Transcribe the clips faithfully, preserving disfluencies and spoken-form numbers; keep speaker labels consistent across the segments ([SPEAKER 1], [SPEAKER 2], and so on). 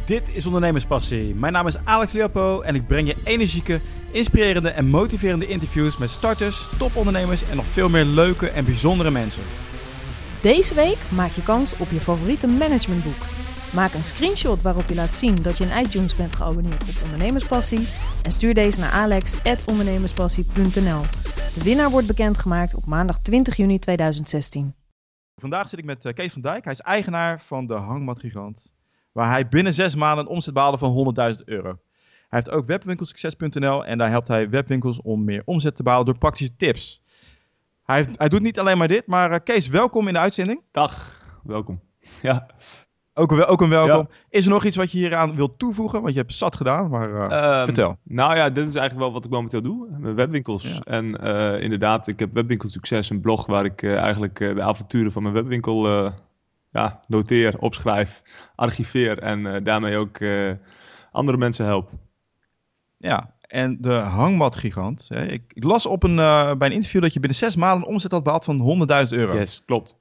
[SPEAKER 1] Dit is Ondernemerspassie. Mijn naam is Alex Leopo en ik breng je energieke, inspirerende en motiverende interviews met starters, topondernemers en nog veel meer leuke en bijzondere mensen.
[SPEAKER 2] Deze week maak je kans op je favoriete managementboek. Maak een screenshot waarop je laat zien dat je in iTunes bent geabonneerd op Ondernemerspassie en stuur deze naar alex at ondernemerspassie punt n l. De winnaar wordt bekendgemaakt op maandag twintig juni tweeduizend zestien.
[SPEAKER 1] Vandaag zit ik met Kees van Dijk. Hij is eigenaar van de Hangmatgigant, waar hij binnen zes maanden een omzet behaalde van honderdduizend euro. Hij heeft ook webwinkelsucces punt n l en daar helpt hij webwinkels om meer omzet te behalen door praktische tips. Hij, heeft, hij doet niet alleen maar dit, maar uh, Kees, welkom in de uitzending.
[SPEAKER 3] Dag, welkom. Ja.
[SPEAKER 1] Ook, ook een welkom.
[SPEAKER 3] Ja.
[SPEAKER 1] Is er nog iets wat je hieraan wilt toevoegen? Want je hebt zat gedaan, maar uh, um, vertel.
[SPEAKER 3] Nou ja, dit is eigenlijk wel wat ik momenteel doe. Met webwinkels. Ja. En uh, inderdaad, ik heb webwinkelsucces, een blog waar ik uh, eigenlijk uh, de avonturen van mijn webwinkel uh, ja, noteer, opschrijf, archiveer en uh, daarmee ook uh, andere mensen help.
[SPEAKER 1] Ja, en de Hangmatgigant. Hè, ik, ik las op een, uh, bij een interview dat je binnen zes maanden een omzet had behaald van honderdduizend euro.
[SPEAKER 3] Yes, klopt.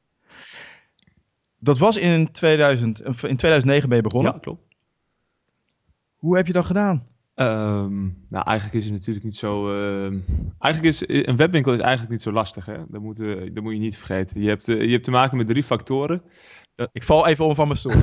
[SPEAKER 1] Dat was in, tweeduizend, in tweeduizend negen ben je begonnen.
[SPEAKER 3] Ja, klopt.
[SPEAKER 1] Hoe heb je dat gedaan?
[SPEAKER 3] Um, nou, eigenlijk is het natuurlijk niet zo... Uh, eigenlijk is een webwinkel is eigenlijk niet zo lastig, hè. Dat moet, uh, dat moet je niet vergeten. Je hebt, uh, je hebt te maken met drie factoren.
[SPEAKER 1] Uh, ik val even om van mijn stoel.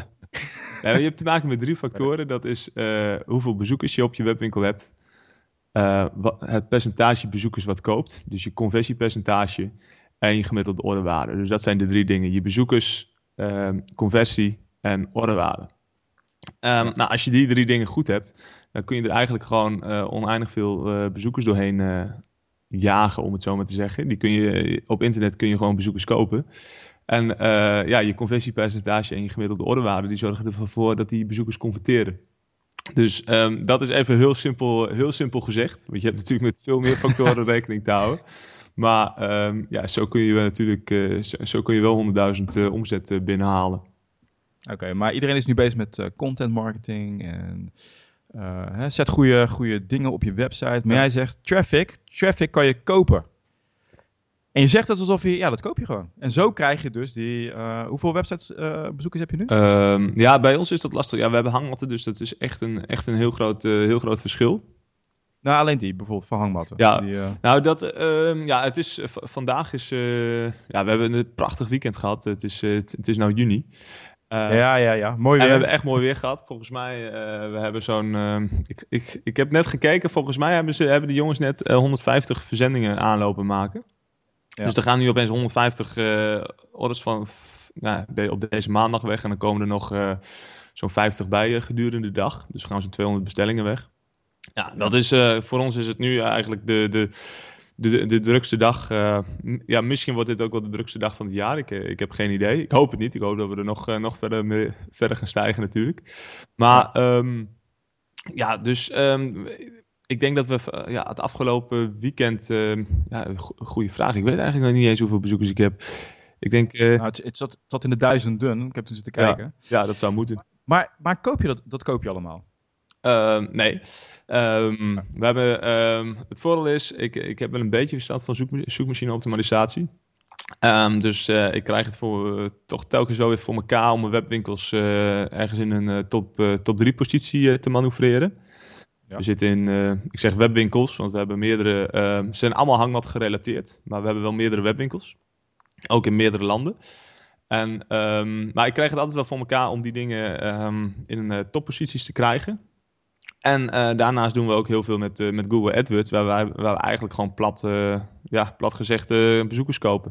[SPEAKER 3] Ja, je hebt te maken met drie factoren. Dat is uh, hoeveel bezoekers je op je webwinkel hebt. Uh, wat, het percentage bezoekers wat koopt. Dus je conversiepercentage en je gemiddelde orderwaarde. Dus dat zijn de drie dingen. Je bezoekers, uh, conversie en orderwaarde. Um, ja. Nou, als je die drie dingen goed hebt, dan kun je er eigenlijk gewoon uh, oneindig veel uh, bezoekers doorheen uh, jagen, om het zo maar te zeggen. Die kun je, op internet kun je gewoon bezoekers kopen. En uh, ja, je conversiepercentage en je gemiddelde orderwaarde, die zorgen ervoor dat die bezoekers converteren. Dus um, dat is even heel simpel, heel simpel gezegd. Want je hebt natuurlijk met veel meer factoren rekening te houden. Maar um, ja, zo kun je natuurlijk uh, zo, zo kun je wel honderdduizend uh, omzet uh, binnenhalen.
[SPEAKER 1] Oké, okay, maar iedereen is nu bezig met uh, content marketing en uh, hè, zet goede, goede dingen op je website. Maar ja. Jij zegt traffic, traffic kan je kopen. En je zegt het alsof je, ja, dat koop je gewoon. En zo krijg je dus die, uh, hoeveel websites uh, bezoekers heb je nu?
[SPEAKER 3] Um, ja, bij ons is dat lastig. Ja, we hebben hangmatten, dus dat is echt een, echt een heel groot, uh, heel groot verschil.
[SPEAKER 1] Nou, alleen die, bijvoorbeeld van hangmatten.
[SPEAKER 3] Ja,
[SPEAKER 1] die, uh...
[SPEAKER 3] nou, dat, uh, ja, het is, v- vandaag is, uh, ja, we hebben een prachtig weekend gehad. Het is, uh, t- het is nou juni. Uh,
[SPEAKER 1] ja, ja, ja, mooi weer.
[SPEAKER 3] En we hebben echt mooi weer gehad. Volgens mij, uh, we hebben zo'n, uh, ik, ik, ik heb net gekeken, volgens mij hebben, ze, hebben de jongens net uh, honderdvijftig verzendingen aanlopen maken. Ja. Dus er gaan nu opeens honderdvijftig uh, orders van f- nou, de, op deze maandag weg. En dan komen er nog uh, zo'n vijftig bij uh, gedurende de dag. Dus gaan zo'n tweehonderd bestellingen weg. Ja, dat is, uh, voor ons is het nu eigenlijk de, de, de, de, de drukste dag. Uh, m- ja, misschien wordt dit ook wel de drukste dag van het jaar. Ik, ik heb geen idee. Ik hoop het niet. Ik hoop dat we er nog, uh, nog verder, meer, verder gaan stijgen natuurlijk. Maar ja, um, ja dus... Um, Ik denk dat we uh, ja, het afgelopen weekend... Uh, ja, een go- goede vraag. Ik weet eigenlijk nog niet eens hoeveel bezoekers ik heb. Ik denk... Uh,
[SPEAKER 1] nou, het, het, zat, het zat in de duizenden. Ik heb toen zitten kijken.
[SPEAKER 3] Ja, ja, dat zou moeten.
[SPEAKER 1] Maar, maar koop je dat, dat koop je allemaal?
[SPEAKER 3] Uh, nee. Um, ja. We hebben... Um, het voordeel is... Ik, ik heb wel een beetje verstand van zoekma- zoekmachine-optimalisatie. Um, dus uh, ik krijg het voor, uh, toch telkens wel weer voor elkaar... om mijn webwinkels uh, ergens in een uh, top, uh, top drie positie uh, te manoeuvreren. Ja. We zitten in, uh, ik zeg webwinkels, want we hebben meerdere, uh, ze zijn allemaal hangmat gerelateerd, maar we hebben wel meerdere webwinkels, ook in meerdere landen. En, um, maar ik krijg het altijd wel voor elkaar om die dingen um, in uh, topposities te krijgen. En uh, daarnaast doen we ook heel veel met, uh, met Google AdWords, waar, wij, waar we eigenlijk gewoon plat, uh, ja, plat gezegd uh, bezoekers kopen.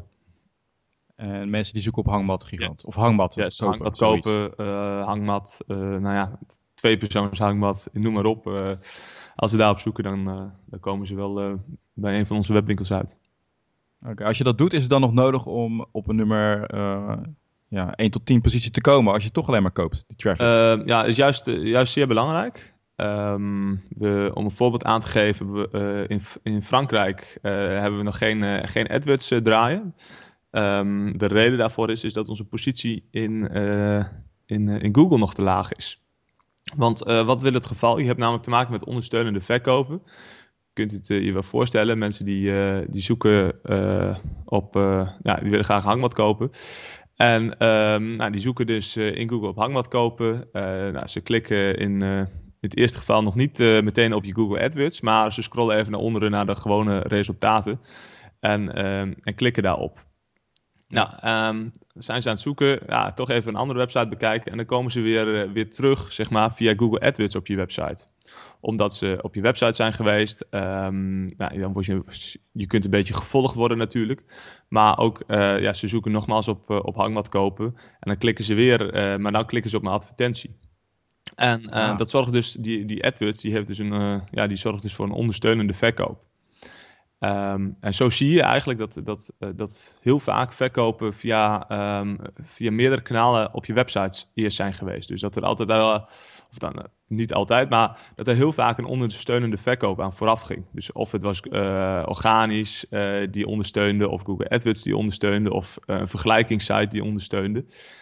[SPEAKER 1] En mensen die zoeken op hangmatgigant,
[SPEAKER 3] yes.
[SPEAKER 1] of hangmatten
[SPEAKER 3] Yes,
[SPEAKER 1] kopen.
[SPEAKER 3] Hangmat kopen, uh, hangmat, uh, nou ja... tweepersoons hangmat, noem maar op. Uh, als ze daarop zoeken, dan, uh, dan komen ze wel uh, bij een van onze webwinkels uit.
[SPEAKER 1] Oké, okay, als je dat doet, is het dan nog nodig om op een nummer uh, ja, één tot tien positie te komen, als je toch alleen maar koopt, die traffic?
[SPEAKER 3] Uh, ja, is juist, uh, juist zeer belangrijk. Um, we, om een voorbeeld aan te geven, we, uh, in, in Frankrijk uh, hebben we nog geen, uh, geen AdWords uh, draaien. Um, de reden daarvoor is, is dat onze positie in, uh, in, uh, in Google nog te laag is. Want uh, wat wil het geval? Je hebt namelijk te maken met ondersteunende verkopen. Je kunt het uh, je wel voorstellen. Mensen die, uh, die zoeken uh, op... Uh, ja, die willen graag een hangmat kopen. En um, nou, die zoeken dus uh, in Google op hangmat kopen. Uh, nou, ze klikken in, uh, in het eerste geval nog niet uh, meteen op je Google AdWords, maar ze scrollen even naar onderen naar de gewone resultaten en, um, en klikken daarop. Ja. Nou, um, zijn ze aan het zoeken, ja, toch even een andere website bekijken en dan komen ze weer, uh, weer terug, zeg maar, via Google AdWords op je website. Omdat ze op je website zijn geweest, um, nou, dan word je, je kunt een beetje gevolgd worden natuurlijk. Maar ook, uh, ja, ze zoeken nogmaals op, uh, op hangmat kopen en dan klikken ze weer, uh, maar dan klikken ze op mijn advertentie. En uh, ja. dat zorgt dus, die, die AdWords, die, heeft dus een, uh, ja, die zorgt dus voor een ondersteunende verkoop. Um, en zo zie je eigenlijk dat, dat, uh, dat heel vaak verkopen via, um, via meerdere kanalen op je websites eerst zijn geweest. Dus dat er altijd, uh, of dan uh, niet altijd, maar dat er heel vaak een ondersteunende verkoop aan vooraf ging. Dus of het was uh, organisch uh, die ondersteunde, of Google AdWords die ondersteunde, of uh, een vergelijkingssite die ondersteunde.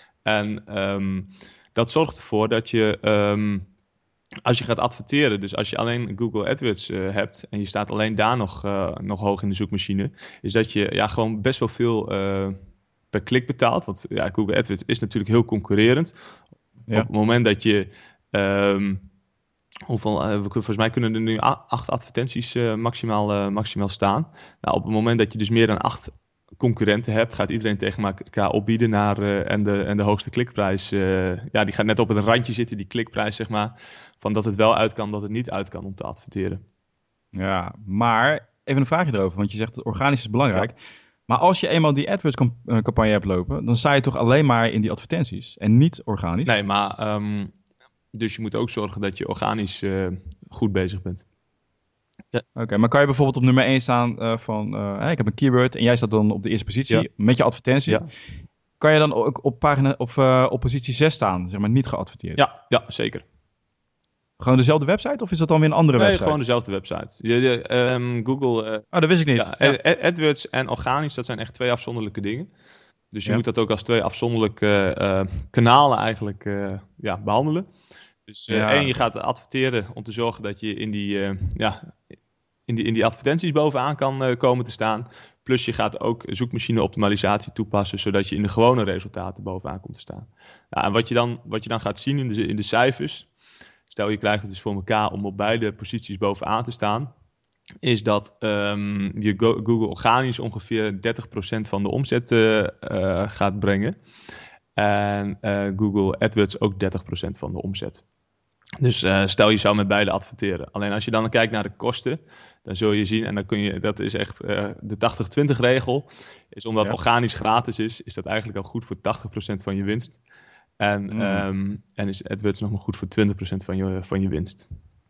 [SPEAKER 3] En um, dat zorgt ervoor dat je... Um, Als je gaat adverteren, dus als je alleen Google AdWords uh, hebt en je staat alleen daar nog, uh, nog hoog in de zoekmachine, is dat je ja, gewoon best wel veel uh, per klik betaalt. Want ja, Google AdWords is natuurlijk heel concurrerend. Ja. Op het moment dat je, um, hoeveel, uh, we, volgens mij kunnen er nu acht advertenties uh, maximaal, uh, maximaal staan. Nou, op het moment dat je dus meer dan acht concurrenten hebt, gaat iedereen tegen elkaar opbieden naar, uh, en, de, en de hoogste klikprijs. Uh, ja, die gaat net op het randje zitten, die klikprijs, zeg maar, van dat het wel uit kan, dat het niet uit kan om te adverteren.
[SPEAKER 1] Ja, maar even een vraagje erover, want je zegt dat organisch is belangrijk. Ja. Maar als je eenmaal die AdWords-campagne hebt lopen, dan sta je toch alleen maar in die advertenties en niet organisch?
[SPEAKER 3] Nee, maar um, dus je moet ook zorgen dat je organisch uh, goed bezig bent.
[SPEAKER 1] Ja. Oké, okay, maar kan je bijvoorbeeld op nummer één staan uh, van, uh, ik heb een keyword en jij staat dan op de eerste positie ja. met je advertentie. Ja. Kan je dan ook op, pagina, of, uh, op positie zes staan, zeg maar niet geadverteerd?
[SPEAKER 3] Ja, ja, zeker.
[SPEAKER 1] Gewoon dezelfde website of is dat dan weer een andere
[SPEAKER 3] nee,
[SPEAKER 1] website?
[SPEAKER 3] Nee, gewoon dezelfde website. Je, je, um, Google... Uh,
[SPEAKER 1] oh, dat wist ik niet.
[SPEAKER 3] Ja, ja. AdWords en organisch, dat zijn echt twee afzonderlijke dingen. Dus je ja. moet dat ook als twee afzonderlijke uh, kanalen eigenlijk uh, ja, behandelen. Dus uh, ja. één, je gaat adverteren om te zorgen dat je in die, uh, ja, in die, in die advertenties bovenaan kan uh, komen te staan. Plus je gaat ook zoekmachine optimalisatie toepassen, zodat je in de gewone resultaten bovenaan komt te staan. Ja, en wat je dan, wat je dan gaat zien in de, in de cijfers, stel je krijgt het dus voor elkaar om op beide posities bovenaan te staan, is dat um, je Go- Google organisch ongeveer dertig procent van de omzet uh, uh, gaat brengen. En uh, Google AdWords ook dertig procent van de omzet. Dus uh, stel je zou met beide adverteren. Alleen als je dan kijkt naar de kosten, dan zul je zien, en dan kun je, dat is echt uh, de tachtig twintig regel, is omdat ja. organisch gratis is, is dat eigenlijk al goed voor tachtig procent van je winst. En, mm. um, en is AdWords nog maar goed voor twintig procent van je, van je winst.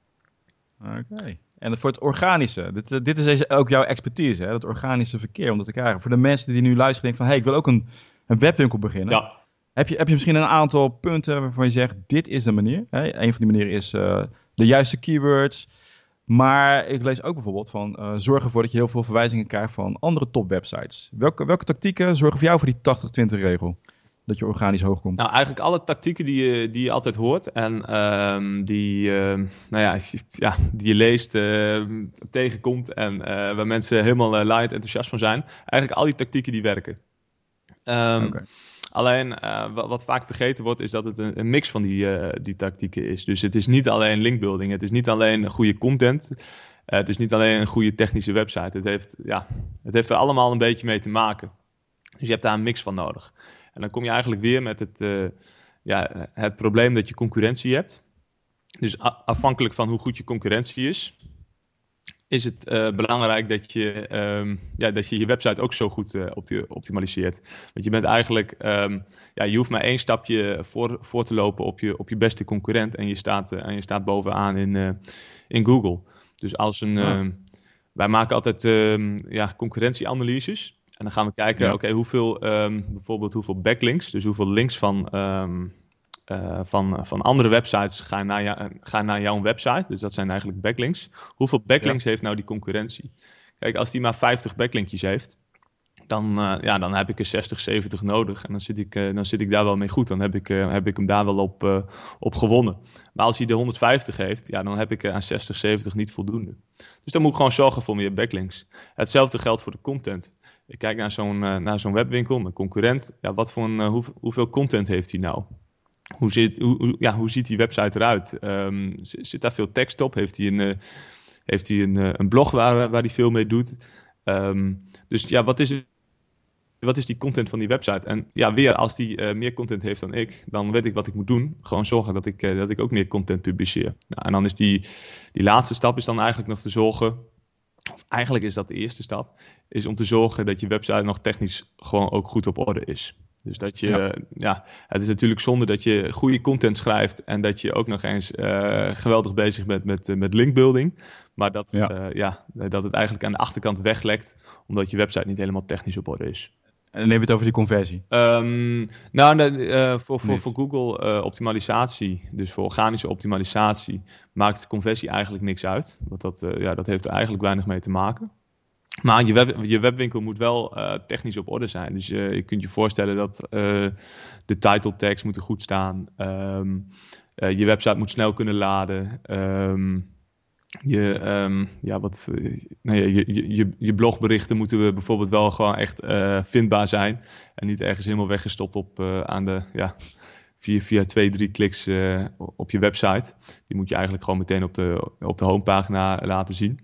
[SPEAKER 1] Oké. Okay. En voor het organische, dit, dit is ook jouw expertise, hè? Dat organische verkeer om dat te krijgen. Voor de mensen die nu luisteren denken van, hey, ik wil ook een, een webwinkel beginnen.
[SPEAKER 3] Ja.
[SPEAKER 1] Heb je, heb je misschien een aantal punten waarvan je zegt, dit is de manier? Hè? Een van die manieren is uh, de juiste keywords. Maar ik lees ook bijvoorbeeld van, uh, zorg ervoor dat je heel veel verwijzingen krijgt van andere topwebsites. Welke, welke tactieken zorgen voor jou voor die tachtig twintig regel? Dat je organisch hoog komt?
[SPEAKER 3] Nou, eigenlijk alle tactieken die je, die je altijd hoort en um, die, uh, nou ja, ja, die je leest, uh, tegenkomt en uh, waar mensen helemaal uh, laaiend enthousiast van zijn. Eigenlijk al die tactieken die werken. Um, okay. Alleen, uh, wat, wat vaak vergeten wordt, is dat het een, een mix van die, uh, die tactieken is. Dus het is niet alleen linkbuilding, het is niet alleen goede content, uh, het is niet alleen een goede technische website. Het heeft, ja, het heeft er allemaal een beetje mee te maken. Dus je hebt daar een mix van nodig. En dan kom je eigenlijk weer met het, uh, ja, het probleem dat je concurrentie hebt. Dus a- afhankelijk van hoe goed je concurrentie is, is het uh, belangrijk dat je, um, ja, dat je je website ook zo goed uh, opti- optimaliseert. Want je bent eigenlijk, um, ja, je hoeft maar één stapje voor, voor te lopen op je, op je beste concurrent en je staat, uh, en je staat bovenaan in, uh, in Google. Dus als een, ja. uh, wij maken altijd uh, ja, concurrentieanalyses. En dan gaan we kijken, ja. oké, okay, hoeveel, um, bijvoorbeeld hoeveel backlinks, dus hoeveel links van, um, uh, van, van andere websites gaan naar, jou, gaan naar jouw website. Dus dat zijn eigenlijk backlinks. Hoeveel backlinks ja. heeft nou die concurrentie? Kijk, als die maar vijftig backlinkjes heeft, dan, uh, ja, dan heb ik er zestig, zeventig nodig. En dan zit ik, uh, dan zit ik daar wel mee goed. Dan heb ik, uh, heb ik hem daar wel op, uh, op gewonnen. Maar als hij de honderdvijftig heeft, ja, dan heb ik uh, aan zestig, zeventig niet voldoende. Dus dan moet ik gewoon zorgen voor meer backlinks. Hetzelfde geldt voor de content. Ik kijk naar zo'n, uh, naar zo'n webwinkel, mijn concurrent. Ja, wat voor een, uh, hoe, hoeveel content heeft hij nou? Hoe, zit, hoe, hoe, ja, hoe ziet die website eruit? Um, zit daar veel tekst op? Heeft hij een, uh, heeft hij een, uh, een blog waar, waar hij veel mee doet? Um, dus ja, wat is, wat is die content van die website? En ja, weer, als die uh, meer content heeft dan ik, dan weet ik wat ik moet doen. Gewoon zorgen dat ik, uh, dat ik ook meer content publiceer. Nou, en dan is die, die laatste stap is dan eigenlijk nog te zorgen, of eigenlijk is dat de eerste stap, is om te zorgen dat je website nog technisch gewoon ook goed op orde is. Dus dat je, ja. Uh, ja, het is natuurlijk zonde dat je goede content schrijft en dat je ook nog eens uh, geweldig bezig bent met, uh, met linkbuilding. Maar dat, ja. Uh, ja, dat het eigenlijk aan de achterkant weglekt, omdat je website niet helemaal technisch op orde is.
[SPEAKER 1] En dan neem je het over die conversie.
[SPEAKER 3] Um, nou, uh, voor, voor, voor Google uh, optimalisatie, dus voor organische optimalisatie, maakt de conversie eigenlijk niks uit. Want dat, uh, ja, dat heeft er eigenlijk weinig mee te maken. Maar je, web, je webwinkel moet wel uh, technisch op orde zijn. Dus uh, je kunt je voorstellen dat uh, de title tags moeten goed staan. Um, uh, je website moet snel kunnen laden. Um, je, um, ja, wat, uh, nou ja, je, je, je blogberichten moeten we bijvoorbeeld wel gewoon echt uh, vindbaar zijn. En niet ergens helemaal weggestopt op, uh, aan de, ja, via, via twee, drie kliks uh, op je website. Die moet je eigenlijk gewoon meteen op de, op de homepagina laten zien.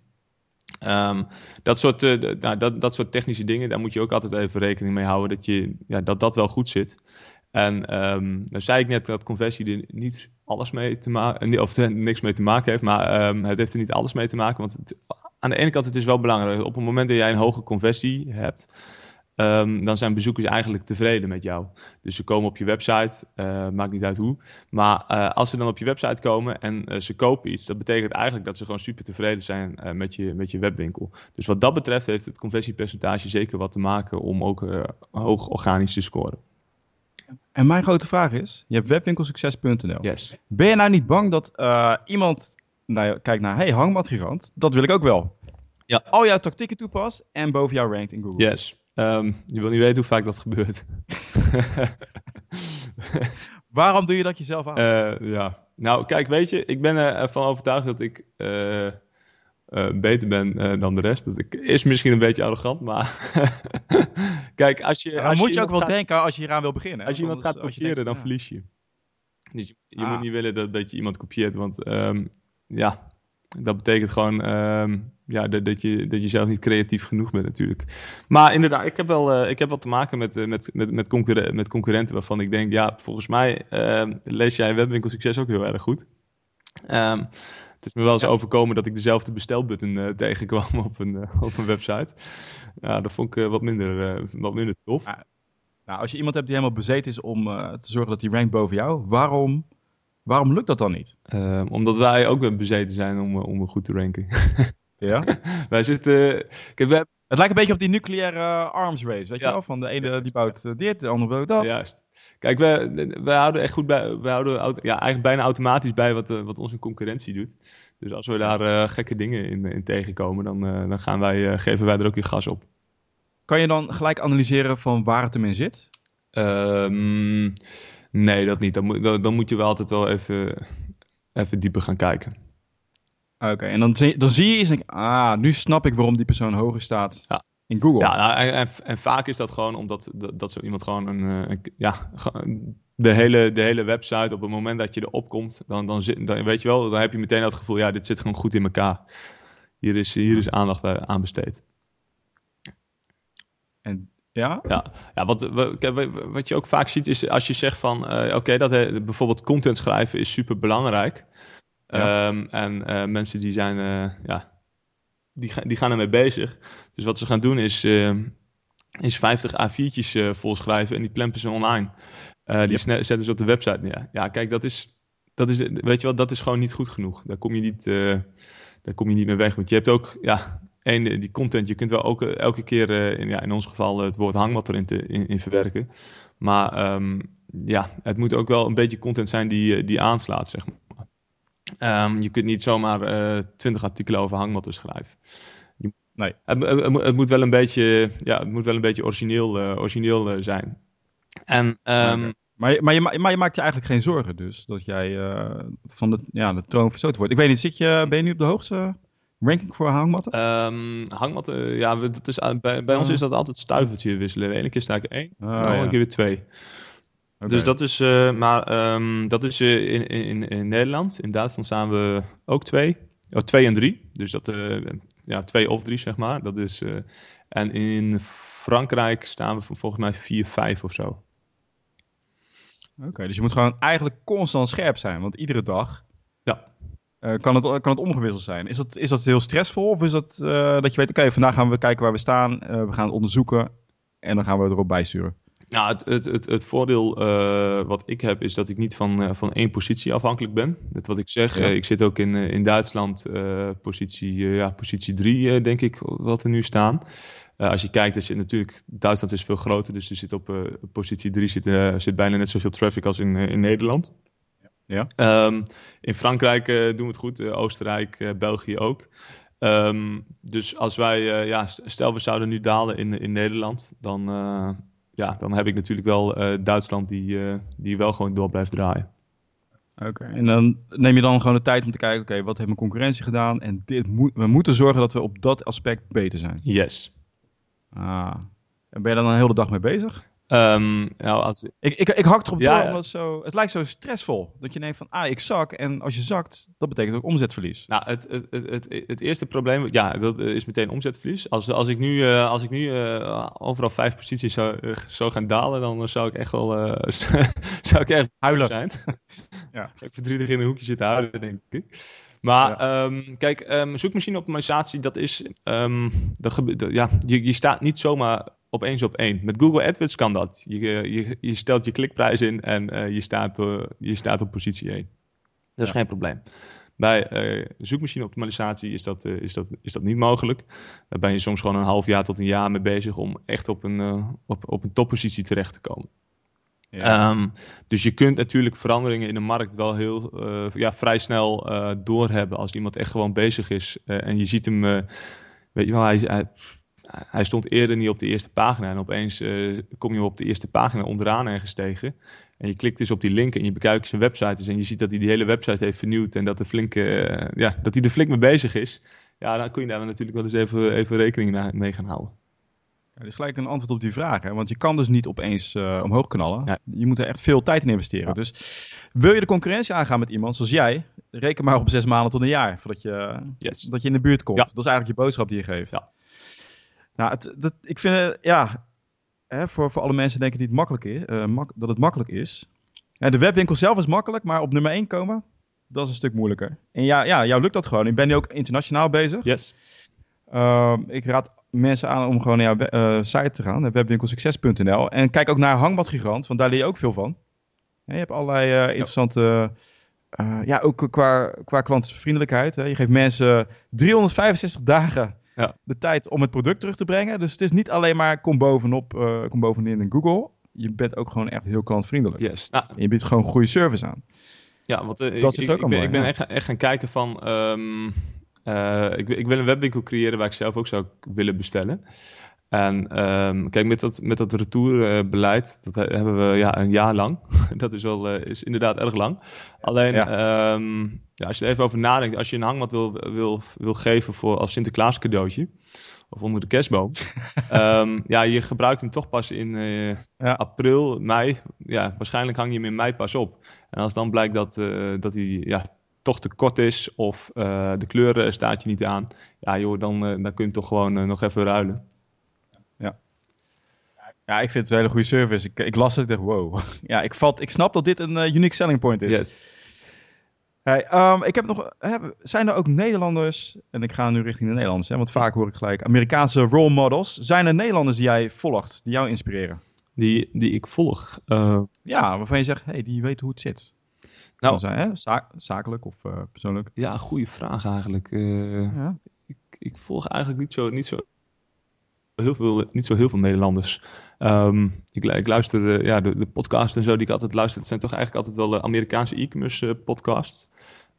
[SPEAKER 3] Um, dat, soort, uh, nou, dat, dat soort technische dingen, daar moet je ook altijd even rekening mee houden dat je, ja, dat, dat wel goed zit. En um, nou zei ik net dat conversie er niet alles mee te maken, of er niks mee te maken heeft, maar um, het heeft er niet alles mee te maken. Want het, aan de ene kant het is wel belangrijk. Op het moment dat jij een hoge conversie hebt, Um, dan zijn bezoekers eigenlijk tevreden met jou. Dus ze komen op je website, uh, maakt niet uit hoe. Maar uh, als ze dan op je website komen en uh, ze kopen iets, dat betekent eigenlijk dat ze gewoon super tevreden zijn uh, met, je, met je webwinkel. Dus wat dat betreft heeft het conversiepercentage zeker wat te maken om ook uh, hoog organisch te scoren.
[SPEAKER 1] En mijn grote vraag is, je hebt webwinkelsucces punt n l.
[SPEAKER 3] Yes.
[SPEAKER 1] Ben je nou niet bang dat uh, iemand nou, kijkt naar, hey, hangmatgigant, dat wil ik ook wel.
[SPEAKER 3] Ja.
[SPEAKER 1] Al jouw tactieken toepast en boven jou rankt in Google.
[SPEAKER 3] Yes. Um, je wil niet weten hoe vaak dat gebeurt.
[SPEAKER 1] Waarom doe je dat jezelf aan?
[SPEAKER 3] Uh, ja, nou kijk, weet je, ik ben ervan overtuigd dat ik uh, uh, beter ben uh, dan de rest. Dat ik, is misschien een beetje arrogant, maar kijk, als je...
[SPEAKER 1] Dan
[SPEAKER 3] als
[SPEAKER 1] moet
[SPEAKER 3] je,
[SPEAKER 1] je ook wel
[SPEAKER 3] gaat,
[SPEAKER 1] denken als je hieraan wil beginnen.
[SPEAKER 3] Als je iemand gaat kopiëren, dan
[SPEAKER 1] ja.
[SPEAKER 3] verlies je. Dus je, je
[SPEAKER 1] ah.
[SPEAKER 3] moet niet willen dat, dat je iemand kopieert, want um, ja... Dat betekent gewoon um, ja, dat, dat, je, dat je zelf niet creatief genoeg bent natuurlijk. Maar inderdaad, ik heb wel, uh, ik heb wel te maken met, uh, met, met, met, concurren- met concurrenten waarvan ik denk... ja, volgens mij uh, lees jij Webwinkel Succes ook heel erg goed. Um, het is me wel eens ja. overkomen dat ik dezelfde bestelbutton uh, tegenkwam op een, uh, op een website. Ja, dat vond ik uh, wat, minder, uh, wat minder tof.
[SPEAKER 1] Ja. Nou, als je iemand hebt die helemaal bezeten is om uh, te zorgen dat die rankt boven jou, waarom... Waarom lukt dat dan niet?
[SPEAKER 3] Uh, omdat wij ook bezeten zijn om, om goed te ranken.
[SPEAKER 1] Ja?
[SPEAKER 3] wij zitten... Kijk, wij...
[SPEAKER 1] Het lijkt een beetje op die nucleaire arms race, weet ja. je wel? Van de ene die bouwt dit, de andere bouwt dat.
[SPEAKER 3] Juist. Kijk, wij, wij houden echt goed bij... Wij houden ja, eigenlijk bijna automatisch bij wat, uh, wat onze concurrentie doet. Dus als we daar uh, gekke dingen in, in tegenkomen, dan, uh, dan gaan wij, uh, geven wij er ook weer gas op.
[SPEAKER 1] Kan je dan gelijk analyseren van waar het hem in zit?
[SPEAKER 3] Um, Nee, dat niet. Dan moet, dan, dan moet je wel altijd wel even, even dieper gaan kijken.
[SPEAKER 1] Oké, okay, en dan, dan zie je eens, denk, ah, nu snap ik waarom die persoon hoger staat ja. in Google.
[SPEAKER 3] Ja, nou, en, en, en vaak is dat gewoon omdat dat, dat zo iemand gewoon een, een ja, de hele, de hele website op het moment dat je erop komt, dan, dan, zit, dan weet je wel, dan heb je meteen dat gevoel, ja, dit zit gewoon goed in elkaar. Hier is, hier is aandacht aan besteed.
[SPEAKER 1] En Ja?
[SPEAKER 3] Ja, ja wat, wat je ook vaak ziet is als je zegt van... Uh, Oké, okay, dat he, bijvoorbeeld content schrijven is super belangrijk. Ja. Um, en uh, mensen die zijn... Uh, ja, die, die gaan ermee bezig. Dus wat ze gaan doen is... Uh, is vijftig A viertjes uh, volschrijven en die plempen ze online. Uh, die ja. sne- zetten ze op de website neer. Ja, kijk, dat is... Dat is, weet je wel, dat is gewoon niet goed genoeg. Daar kom je niet, uh, daar kom je niet mee weg. Want je hebt ook... Ja, En die content, je kunt wel ook elke keer, uh, in, ja, in ons geval, het woord hangmat erin te, in, in verwerken. Maar um, ja, het moet ook wel een beetje content zijn die, die aanslaat, zeg maar. Um, je kunt niet zomaar twintig uh, artikelen over hangmatten schrijven. Je,
[SPEAKER 1] Nee.
[SPEAKER 3] Het, het, het, het moet wel een beetje, ja, het moet wel een beetje origineel, uh, origineel uh, zijn. En, um,
[SPEAKER 1] okay. maar, je, maar, je, maar je maakt je eigenlijk geen zorgen dus dat jij uh, van de, ja, de troon verstoten wordt. Ik weet niet, zit je, ben je nu op de hoogste ranking voor hangmatten?
[SPEAKER 3] Um, hangmatten, ja, dat is, bij, bij uh. ons is dat altijd stuivertje wisselen. De ene keer sta ik één, oh, de andere ja. keer weer twee. Okay. Dus dat is, uh, maar um, dat is uh, in, in, in Nederland. In Duitsland staan we ook twee. Oh, twee en drie. Dus dat, uh, ja, twee of drie, zeg maar. Dat is, uh, en in Frankrijk staan we volgens mij vier, vijf of zo.
[SPEAKER 1] Oké, okay, dus je moet gewoon eigenlijk constant scherp zijn. Want iedere dag
[SPEAKER 3] ja.
[SPEAKER 1] uh, kan, het, kan het omgewisseld zijn. Is dat, is dat heel stressvol? Of is dat uh, dat je weet, oké, okay, vandaag gaan we kijken waar we staan. Uh, we gaan het onderzoeken. En dan gaan we erop bijsturen.
[SPEAKER 3] Nou, het, het, het, het voordeel uh, wat ik heb is dat ik niet van, uh, van één positie afhankelijk ben. Net wat ik zeg, ja. uh, ik zit ook in, uh, in Duitsland, uh, positie, uh, ja, positie drie, uh, denk ik, wat we nu staan. Uh, als je kijkt, is het natuurlijk, Duitsland is veel groter, dus er zit op uh, positie drie zit, uh, zit bijna net zoveel traffic als in, uh, in Nederland.
[SPEAKER 1] Ja.
[SPEAKER 3] Um, in Frankrijk uh, doen we het goed, uh, Oostenrijk, uh, België ook. Um, dus als wij, uh, ja, stel we zouden nu dalen in, in Nederland, dan... Uh, Ja, dan heb ik natuurlijk wel uh, Duitsland die, uh, die wel gewoon door blijft draaien.
[SPEAKER 1] Oké, okay. En dan neem je dan gewoon de tijd om te kijken, oké, okay, wat heeft mijn concurrentie gedaan? En dit moet, we moeten zorgen dat we op dat aspect beter zijn.
[SPEAKER 3] Yes.
[SPEAKER 1] Ah. En ben je daar dan een hele dag mee bezig?
[SPEAKER 3] Um, nou, als...
[SPEAKER 1] ik, ik, ik hak erop
[SPEAKER 3] ja,
[SPEAKER 1] door, omdat het, zo, het lijkt zo stressvol. Dat je denkt van, ah, ik zak. En als je zakt, dat betekent ook omzetverlies.
[SPEAKER 3] Nou, het, het, het, het, het eerste probleem, ja, dat is meteen omzetverlies. Als, als ik nu, uh, als ik nu uh, overal vijf posities zou, uh, zou gaan dalen, dan zou ik echt wel uh, zou ik echt
[SPEAKER 1] huilen
[SPEAKER 3] zijn.
[SPEAKER 1] Ja.
[SPEAKER 3] Zou ik verdrietig in een hoekje zitten huilen, denk ik. Maar ja. um, kijk, um, zoekmachine-optimalisatie, dat is, um, de, de, ja, je, je staat niet zomaar opeens op één. Met Google AdWords kan dat. Je, je, je stelt je klikprijs in en uh, je, staat, uh, je staat op positie één. Dat is ja. geen probleem. Bij uh, zoekmachine-optimalisatie is dat, uh, is, dat, is dat niet mogelijk. Daar ben je soms gewoon een half jaar tot een jaar mee bezig om echt op een, uh, op, op een toppositie terecht te komen. Ja. Um, dus je kunt natuurlijk veranderingen in de markt wel heel uh, ja, vrij snel uh, doorhebben als iemand echt gewoon bezig is. Uh, en je ziet hem, uh, weet je wel, hij, hij, hij stond eerder niet op de eerste pagina. En opeens uh, kom je op de eerste pagina onderaan ergens tegen. En je klikt dus op die link en je bekijkt zijn website. En je ziet dat hij die hele website heeft vernieuwd en dat, de flink, uh, ja, dat hij er flink mee bezig is. Ja, dan kun je daar natuurlijk wel eens even, even rekening mee gaan houden.
[SPEAKER 1] Ja, dit is gelijk een antwoord op die vraag. Hè? Want je kan dus niet opeens uh, omhoog knallen. Ja. Je moet er echt veel tijd in investeren. Ja. Dus wil je de concurrentie aangaan met iemand zoals jij, reken maar op zes maanden tot een jaar voordat je, yes. dat je in de buurt komt. Ja. Dat is eigenlijk je boodschap die je geeft. Ja. Nou, het, dat, ik vind het, ja, hè, voor, voor alle mensen denken die het makkelijk is, uh, mak, dat het makkelijk is. Ja, de webwinkel zelf is makkelijk, maar op nummer één komen, dat is een stuk moeilijker. En ja, ja jou lukt dat gewoon. Ik ben nu ook internationaal bezig.
[SPEAKER 3] Yes.
[SPEAKER 1] Uh, ik raad mensen aan om gewoon naar jouw uh, site te gaan, webwinkelsucces punt n l. En kijk ook naar Hangmatgigant, want daar leer je ook veel van. Ja, je hebt allerlei uh, interessante, uh, ja, ook qua, qua klantvriendelijkheid. Hè. Je geeft mensen driehonderdvijfenzestig dagen ja. de tijd om het product terug te brengen. Dus het is niet alleen maar kom bovenop, uh, kom bovenin in Google. Je bent ook gewoon echt heel klantvriendelijk.
[SPEAKER 3] Yes. Nou,
[SPEAKER 1] en je biedt gewoon goede service aan.
[SPEAKER 3] Ja, want uh,
[SPEAKER 1] dat
[SPEAKER 3] ik,
[SPEAKER 1] zit
[SPEAKER 3] ik,
[SPEAKER 1] ook
[SPEAKER 3] ik ben,
[SPEAKER 1] mooi,
[SPEAKER 3] ik ben
[SPEAKER 1] ja.
[SPEAKER 3] echt, echt gaan kijken van... Um, Uh, ik, ik wil een webwinkel creëren waar ik zelf ook zou willen bestellen. En um, kijk, met dat, met dat retourbeleid, dat hebben we ja, een jaar lang. Dat is, wel, uh, is inderdaad erg lang. Alleen, ja. Um, ja, als je er even over nadenkt, als je een hangmat wil, wil, wil geven voor als Sinterklaas cadeautje, of onder de kerstboom, um, ja, je gebruikt hem toch pas in uh, ja. april, mei. Ja, waarschijnlijk hang je hem in mei pas op. En als dan blijkt dat, uh, dat hij... Ja, toch te kort is of uh, de kleuren staat je niet aan, ja joh, dan, uh, dan kun je toch gewoon uh, nog even ruilen.
[SPEAKER 1] Ja. Ja, ik vind het een hele goede service. Ik, ik las het, ik dacht wow. Ja, ik, vat, ik snap dat dit een uh, unique selling point is.
[SPEAKER 3] Yes.
[SPEAKER 1] Hey, um, ik heb nog, hè, zijn er ook Nederlanders, en ik ga nu richting de Nederlanders, hè, want vaak hoor ik gelijk Amerikaanse role models. Zijn er Nederlanders die jij volgt, die jou inspireren?
[SPEAKER 3] Die, die ik volg? Uh...
[SPEAKER 1] Ja, waarvan je zegt, hey, die weet hoe het zit. Nou, zijn, hè? Za- zakelijk of uh, persoonlijk?
[SPEAKER 3] Ja, goede vraag eigenlijk. Uh, ja? ik, ik volg eigenlijk niet zo, niet zo, heel, veel, niet zo heel veel Nederlanders. Um, ik, ik luister uh, ja, de, de podcasts en zo die ik altijd luister. Het zijn toch eigenlijk altijd wel uh, Amerikaanse e-commerce uh, podcasts.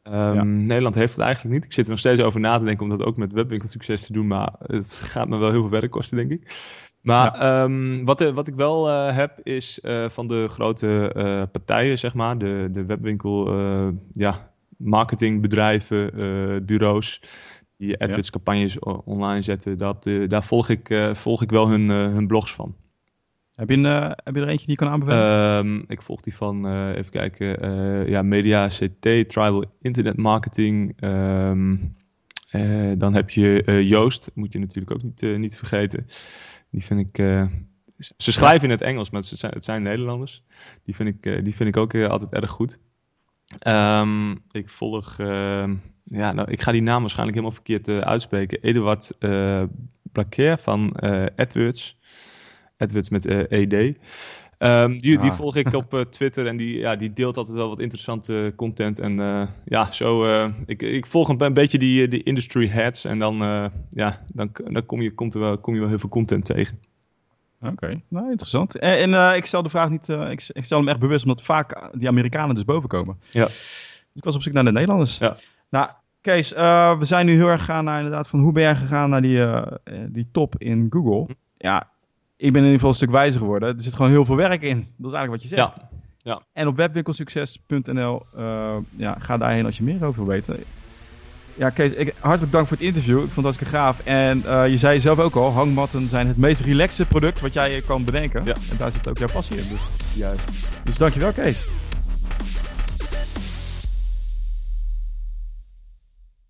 [SPEAKER 3] Um,
[SPEAKER 1] Ja.
[SPEAKER 3] Nederland heeft het eigenlijk niet. Ik zit er nog steeds over na te denken om dat ook met webwinkelsucces te doen, maar het gaat me wel heel veel werk kosten, denk ik. Maar ja. um, wat, wat ik wel uh, heb, is uh, van de grote uh, partijen, zeg maar, de, de webwinkel, uh, ja, marketingbedrijven, uh, bureaus, die AdWords-campagnes ja. online zetten, dat, uh, daar volg ik, uh, volg ik wel hun, uh, hun blogs van.
[SPEAKER 1] Heb je, een, uh, heb je er eentje die je kan aanbevelen?
[SPEAKER 3] Um, ik volg die van, uh, even kijken, uh, ja, Media C T, Tribal Internet Marketing. Um, uh, dan heb je uh, Joost, moet je natuurlijk ook niet, uh, niet vergeten. Die vind ik, uh, ze schrijven in het Engels, maar het zijn, het zijn Nederlanders. Die vind ik, uh, die vind ik ook uh, altijd erg goed. Um, ik volg, uh, ja, nou, ik ga die naam waarschijnlijk helemaal verkeerd uh, uitspreken. Eduard uh, Blaquer van uh, AdWords. AdWords met uh, E D. Um, die, ah. die volg ik op uh, Twitter en die, ja, die deelt altijd wel wat interessante content. En uh, ja, zo, uh, ik, ik volg een, een beetje die, die industry heads en dan, uh, ja, dan, dan kom, je, komt er wel, kom je wel heel veel content tegen.
[SPEAKER 1] Oké, okay. Nou interessant. En, en uh, ik stel de vraag niet, uh, ik, ik stel hem echt bewust omdat vaak die Amerikanen dus boven komen.
[SPEAKER 3] Ja.
[SPEAKER 1] Dus ik was op zoek naar de Nederlanders.
[SPEAKER 3] Ja.
[SPEAKER 1] Nou, Kees, uh, we zijn nu heel erg gegaan naar inderdaad van hoe ben jij gegaan naar die, uh, die top in Google. Ja, ik ben in ieder geval een stuk wijzer geworden. Er zit gewoon heel veel werk in. Dat is eigenlijk wat je zegt.
[SPEAKER 3] Ja. Ja.
[SPEAKER 1] En op webwinkelsucces punt n l, uh, ja, ga daarheen als je meer over wil weten. Ja, Kees, ik, hartelijk dank voor het interview. Ik vond het hartstikke gaaf. En uh, je zei zelf ook al, hangmatten zijn het meest relaxe product wat jij kan bedenken.
[SPEAKER 3] Ja.
[SPEAKER 1] En daar zit ook jouw passie in. Dus,
[SPEAKER 3] juist.
[SPEAKER 1] Dus dankjewel, Kees.